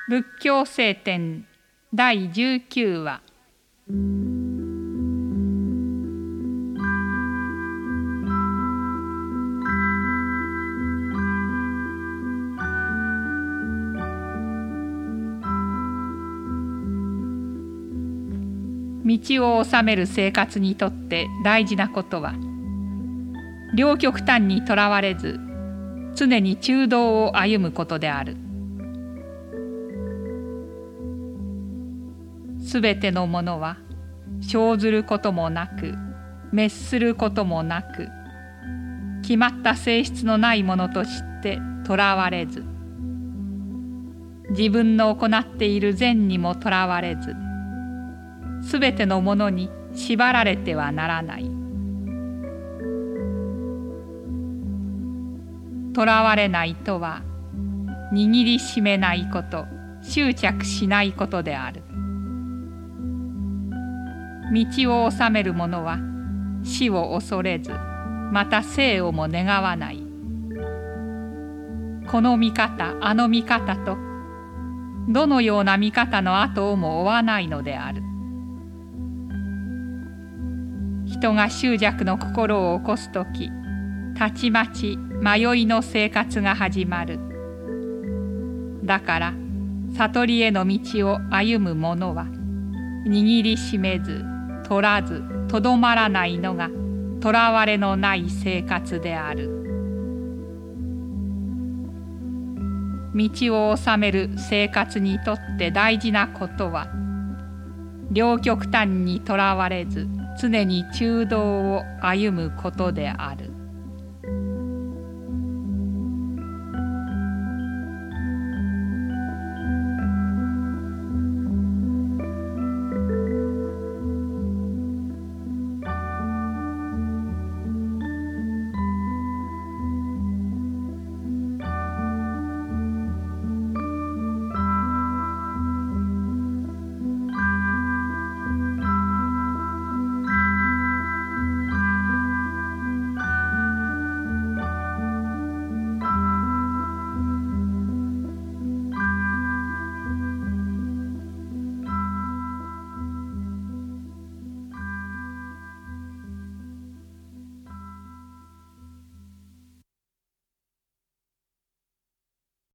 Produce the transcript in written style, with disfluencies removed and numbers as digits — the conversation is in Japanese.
仏教聖典第19話。道を治める生活にとって大事なことは、両極端にとらわれず常に中道を歩むことである。すべてのものは生ずることもなく滅することもなく、決まった性質のないものとしてとらわれず、自分の行っている善にもとらわれず、すべてのものに縛られてはならない。とらわれないとは、握りしめないこと、執着しないことである。道を治める者は死を恐れず、また生をも願わない。この見方、あの見方と、どのような見方の後をも追わないのである。人が執着の心を起こすとき、たちまち迷いの生活が始まる。だから悟りへの道を歩む者は、握りしめず取らずとどまらないのがとらわれのない生活である。道を治める生活にとって大事なことは、両極端にとらわれず常に中道を歩むことである。